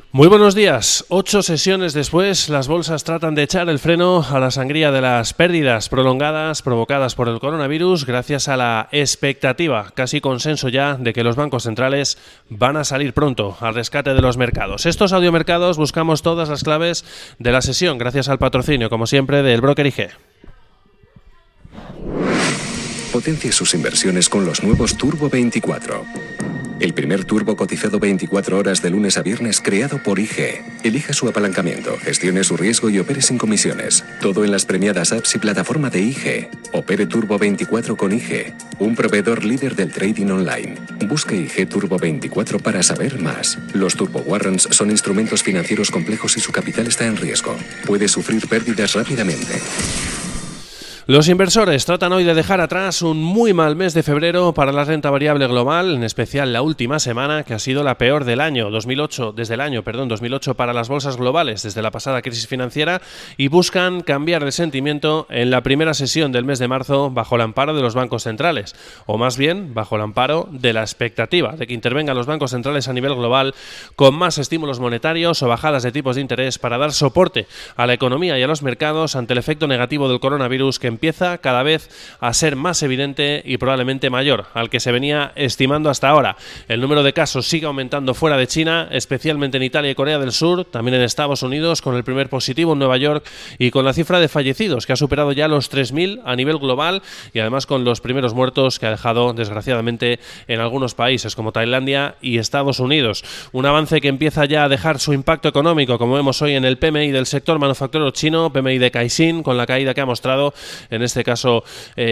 Muy buenos días. 8 sesiones después, las bolsas tratan de echar el freno a la sangría de las pérdidas prolongadas provocadas por el coronavirus gracias a la expectativa, casi consenso ya, de que los bancos centrales van a salir pronto al rescate de los mercados. Estos audiomercados buscamos todas las claves de la sesión gracias al patrocinio, como siempre, del broker IG. Potencie sus inversiones con los nuevos Turbo 24. El primer turbo cotizado 24 horas de lunes a viernes creado por IG. Elija su apalancamiento, gestione su riesgo y opere sin comisiones. Todo en las premiadas apps y plataforma de IG. Opere Turbo 24 con IG, un proveedor líder del trading online. Busque IG Turbo 24 para saber más. Los Turbo Warrants son instrumentos financieros complejos y su capital está en riesgo. Puede sufrir pérdidas rápidamente. Los inversores tratan hoy de dejar atrás un muy mal mes de febrero para la renta variable global, en especial la última semana, que ha sido la peor del año 2008 para las bolsas globales desde la pasada crisis financiera, y buscan cambiar el sentimiento en la primera sesión del mes de marzo bajo el amparo de los bancos centrales, o más bien bajo el amparo de la expectativa de que intervengan los bancos centrales a nivel global con más estímulos monetarios o bajadas de tipos de interés para dar soporte a la economía y a los mercados ante el efecto negativo del coronavirus, que empieza cada vez a ser más evidente y probablemente mayor al que se venía estimando hasta ahora. El número de casos sigue aumentando fuera de China, especialmente en Italia y Corea del Sur, también en Estados Unidos, con el primer positivo en Nueva York y con la cifra de fallecidos que ha superado ya los 3.000 a nivel global, y además con los primeros muertos que ha dejado desgraciadamente en algunos países como Tailandia y Estados Unidos. Un avance que empieza ya a dejar su impacto económico, como vemos hoy en el PMI del sector manufacturero chino, PMI de Caixin, con la caída que ha mostrado, en este caso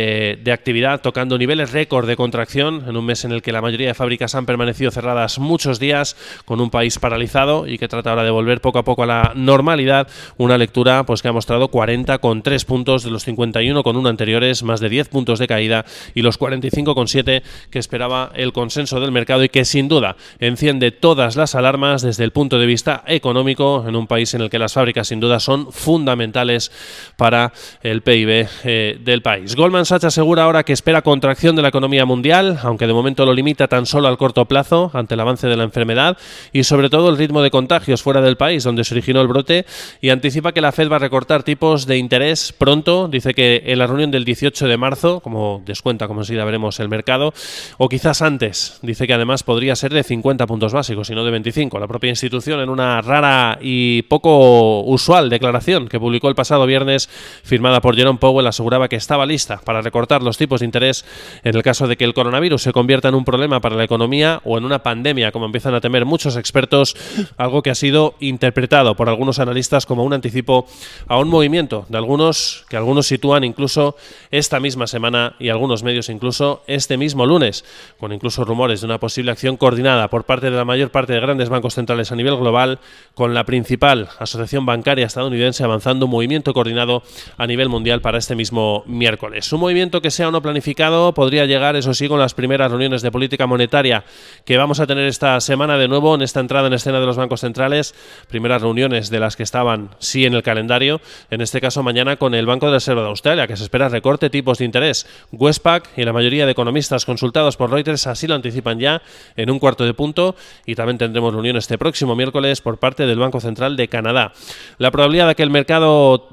de actividad, tocando niveles récord de contracción en un mes en el que la mayoría de fábricas han permanecido cerradas muchos días, con un país paralizado y que trata ahora de volver poco a poco a la normalidad. Una lectura pues que ha mostrado 40,3 puntos de los 51,1 anteriores, más de 10 puntos de caída, y los 45,7 que esperaba el consenso del mercado, y que sin duda enciende todas las alarmas desde el punto de vista económico en un país en el que las fábricas sin duda son fundamentales para el PIB del país. Goldman Sachs asegura ahora que espera contracción de la economía mundial, aunque de momento lo limita tan solo al corto plazo ante el avance de la enfermedad y sobre todo el ritmo de contagios fuera del país donde se originó el brote, y anticipa que la Fed va a recortar tipos de interés pronto. Dice que en la reunión del 18 de marzo, como descuenta, como enseguida veremos el mercado, o quizás antes. Dice que además podría ser de 50 puntos básicos y no de 25. La propia institución, en una rara y poco usual declaración que publicó el pasado viernes, firmada por Jerome Powell, aseguraba que estaba lista para recortar los tipos de interés en el caso de que el coronavirus se convierta en un problema para la economía o en una pandemia, como empiezan a temer muchos expertos, algo que ha sido interpretado por algunos analistas como un anticipo a un movimiento de algunos, que algunos sitúan incluso esta misma semana, y algunos medios incluso este mismo lunes, con incluso rumores de una posible acción coordinada por parte de la mayor parte de grandes bancos centrales a nivel global, con la principal asociación bancaria estadounidense avanzando un movimiento coordinado a nivel mundial para este mismo miércoles. Un movimiento que sea o no planificado podría llegar, eso sí, con las primeras reuniones de política monetaria que vamos a tener esta semana de nuevo en esta entrada en escena de los bancos centrales. Primeras reuniones de las que estaban sí en el calendario, en este caso mañana con el Banco de Reserva de Australia, que se espera recorte tipos de interés. Westpac y la mayoría de economistas consultados por Reuters así lo anticipan ya en un cuarto de punto, y también tendremos reunión este próximo miércoles por parte del Banco Central de Canadá. La probabilidad de que el mercado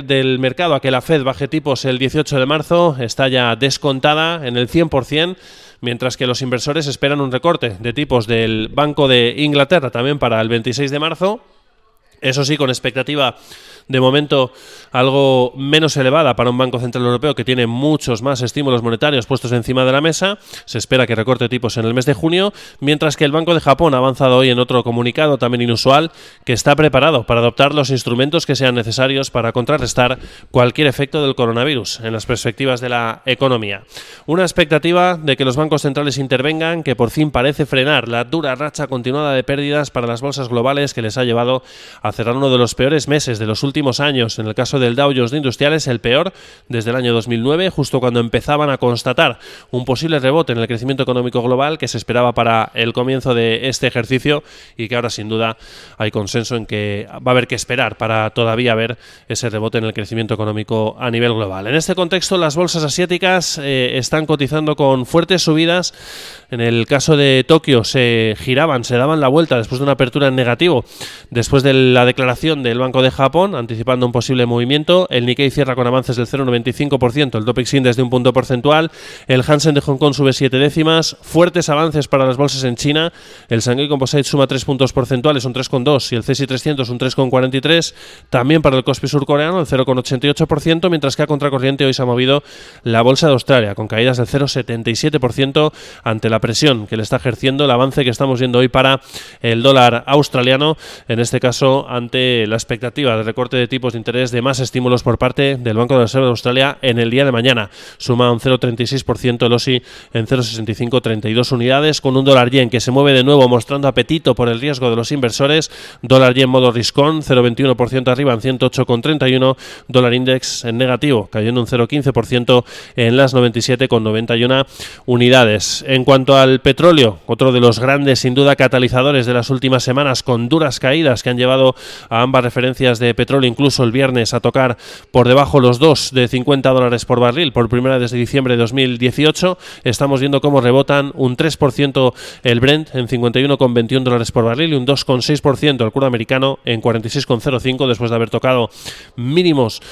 a que la Fed baje tipos el 18 de marzo está ya descontada en el 100%, mientras que los inversores esperan un recorte de tipos del Banco de Inglaterra también para el 26 de marzo. Eso sí, con expectativa de momento algo menos elevada para un Banco Central Europeo que tiene muchos más estímulos monetarios puestos encima de la mesa. Se espera que recorte tipos en el mes de junio, mientras que el Banco de Japón ha avanzado hoy en otro comunicado también inusual, que está preparado para adoptar los instrumentos que sean necesarios para contrarrestar cualquier efecto del coronavirus en las perspectivas de la economía. Una expectativa de que los bancos centrales intervengan que por fin parece frenar la dura racha continuada de pérdidas para las bolsas globales que les ha llevado a a cerrar uno de los peores meses de los últimos años. En el caso del Dow Jones de Industriales, el peor desde el año 2009, justo cuando empezaban a constatar un posible rebote en el crecimiento económico global que se esperaba para el comienzo de este ejercicio y que ahora sin duda hay consenso en que va a haber que esperar para todavía ver ese rebote en el crecimiento económico a nivel global. En este contexto, las bolsas asiáticas están cotizando con fuertes subidas. En el caso de Tokio se daban la vuelta después de una apertura en negativo, después de la declaración del Banco de Japón, anticipando un posible movimiento. El Nikkei cierra con avances del 0,95%, el Topix Index de un punto porcentual, el Hansen de Hong Kong sube 7 décimas, fuertes avances para las bolsas en China, el Shanghai Composite suma 3 puntos porcentuales, un 3,2, y el CSI 300 un 3,43, también para el Kospi surcoreano el 0,88%, mientras que a contracorriente hoy se ha movido la bolsa de Australia, con caídas del 0,77% ante la presión que le está ejerciendo el avance que estamos viendo hoy para el dólar australiano, en este caso ante la expectativa de recorte de tipos de interés, de más estímulos por parte del Banco de Reserva de Australia en el día de mañana. Suma un 0,36% el OSI en 0,6532 unidades, con un dólar yen que se mueve de nuevo mostrando apetito por el riesgo de los inversores. Dólar yen modo riscón, 0,21% arriba en 108,31. Dólar index en negativo, cayendo un 0,15% en las 97,91 unidades. En cuanto al petróleo, otro de los grandes, sin duda, catalizadores de las últimas semanas, con duras caídas que han llevado a ambas referencias de petróleo, incluso el viernes, a tocar por debajo los $2 de $50 por barril por primera vez desde diciembre de 2018. Estamos viendo cómo rebotan un 3% el Brent en $51,21 por barril y un 2,6% el crudo americano en 46,05, después de haber tocado mínimos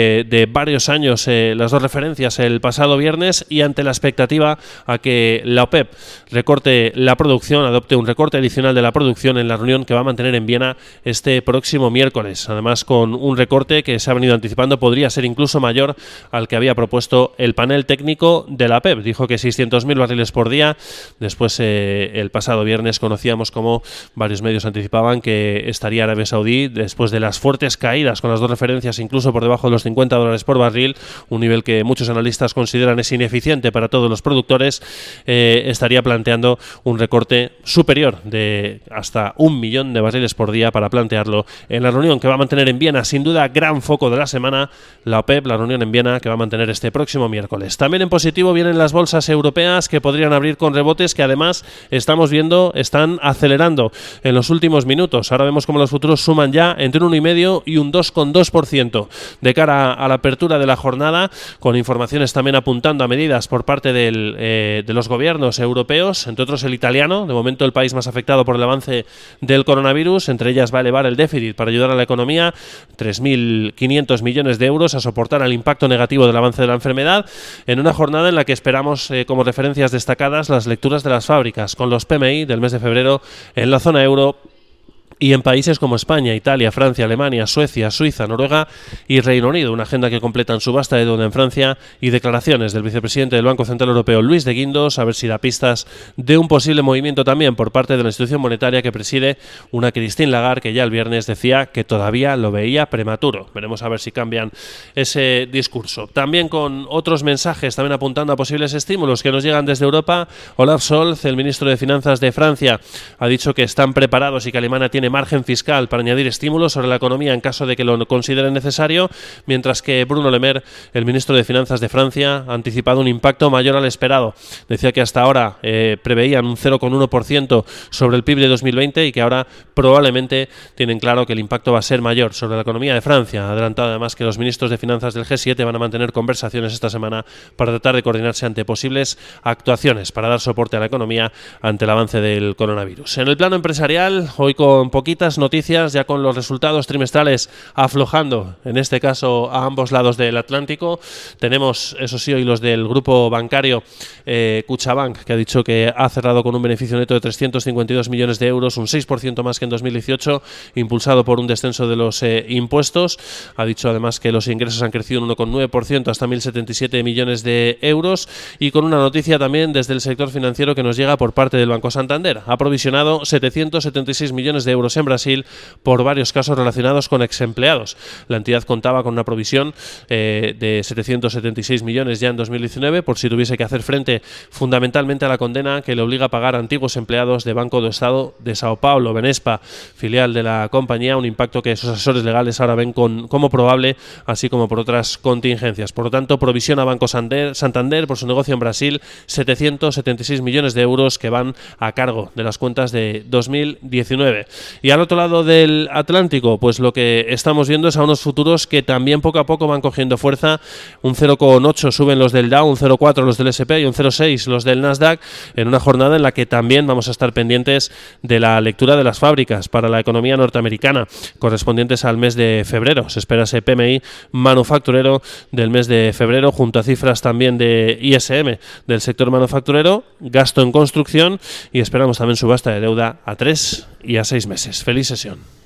de varios años las dos referencias el pasado viernes, y ante la expectativa a que la OPEP recorte la producción, adopte un recorte adicional de la producción en la reunión que va a mantener en Viena este próximo miércoles. Además, con un recorte que se ha venido anticipando podría ser incluso mayor al que había propuesto el panel técnico de la OPEP. Dijo que 600.000 barriles por día. Después, el pasado viernes conocíamos cómo varios medios anticipaban que estaría Arabia Saudí, después de las fuertes caídas con las dos referencias, incluso por debajo de los $50 por barril, un nivel que muchos analistas consideran es ineficiente para todos los productores, estaría planteando un recorte superior de hasta 1 millón de barriles por día para plantearlo en la reunión que va a mantener en Viena. Sin duda, gran foco de la semana, la OPEP, la reunión en Viena que va a mantener este próximo miércoles. También en positivo vienen las bolsas europeas, que podrían abrir con rebotes que además estamos viendo están acelerando en los últimos minutos. Ahora vemos como los futuros suman ya entre un 1,5% y un 2,2% de cara a la apertura de la jornada, con informaciones también apuntando a medidas por parte de los gobiernos europeos, entre otros el italiano, de momento el país más afectado por el avance del coronavirus. Entre ellas va a elevar el déficit para ayudar a la economía, 3.500 millones de euros, a soportar el impacto negativo del avance de la enfermedad, en una jornada en la que esperamos como referencias destacadas las lecturas de las fábricas, con los PMI del mes de febrero en la zona euro y en países como España, Italia, Francia, Alemania, Suecia, Suiza, Noruega y Reino Unido. Una agenda que completan subasta de deuda en Francia y declaraciones del vicepresidente del Banco Central Europeo, Luis de Guindos, a ver si da pistas de un posible movimiento también por parte de la institución monetaria que preside, una Christine Lagarde, que ya el viernes decía que todavía lo veía prematuro. Veremos a ver si cambian ese discurso. También con otros mensajes, también apuntando a posibles estímulos que nos llegan desde Europa. Olaf Scholz, el ministro de Finanzas de Francia, ha dicho que están preparados y que Alemania tiene margen fiscal para añadir estímulos sobre la economía en caso de que lo consideren necesario, mientras que Bruno Le Maire, el ministro de Finanzas de Francia, ha anticipado un impacto mayor al esperado. Decía que hasta ahora preveían un 0,1% sobre el PIB de 2020 y que ahora probablemente tienen claro que el impacto va a ser mayor sobre la economía de Francia. Ha adelantado además que los ministros de Finanzas del G7 van a mantener conversaciones esta semana para tratar de coordinarse ante posibles actuaciones para dar soporte a la economía ante el avance del coronavirus. En el plano empresarial, hoy con poquitas noticias, ya con los resultados trimestrales aflojando, en este caso a ambos lados del Atlántico. Tenemos, eso sí, hoy los del grupo bancario Kutxabank, que ha dicho que ha cerrado con un beneficio neto de 352 millones de euros, un 6% más que en 2018, impulsado por un descenso de los impuestos. Ha dicho además que los ingresos han crecido un 1,9% hasta 1.077 millones de euros, y con una noticia también desde el sector financiero que nos llega por parte del Banco Santander. Ha provisionado 776 millones de euros euros en Brasil por varios casos relacionados con exempleados. La entidad contaba con una provisión de 776 millones ya en 2019 por si tuviese que hacer frente fundamentalmente a la condena que le obliga a pagar a antiguos empleados de Banco do Estado de Sao Paulo, Benespa, filial de la compañía, un impacto que sus asesores legales ahora ven como probable, así como por otras contingencias. Por lo tanto, provisión a Banco Santander por su negocio en Brasil, 776 millones de euros que van a cargo de las cuentas de 2019. Y al otro lado del Atlántico, pues lo que estamos viendo es a unos futuros que también poco a poco van cogiendo fuerza. Un 0,8 suben los del Dow, un 0,4 los del S&P y un 0,6 los del Nasdaq, en una jornada en la que también vamos a estar pendientes de la lectura de las fábricas para la economía norteamericana, correspondientes al mes de febrero. Se espera ese PMI manufacturero del mes de febrero, junto a cifras también de ISM del sector manufacturero, gasto en construcción y esperamos también subasta de deuda a 3 y a 6 meses. Feliz sesión.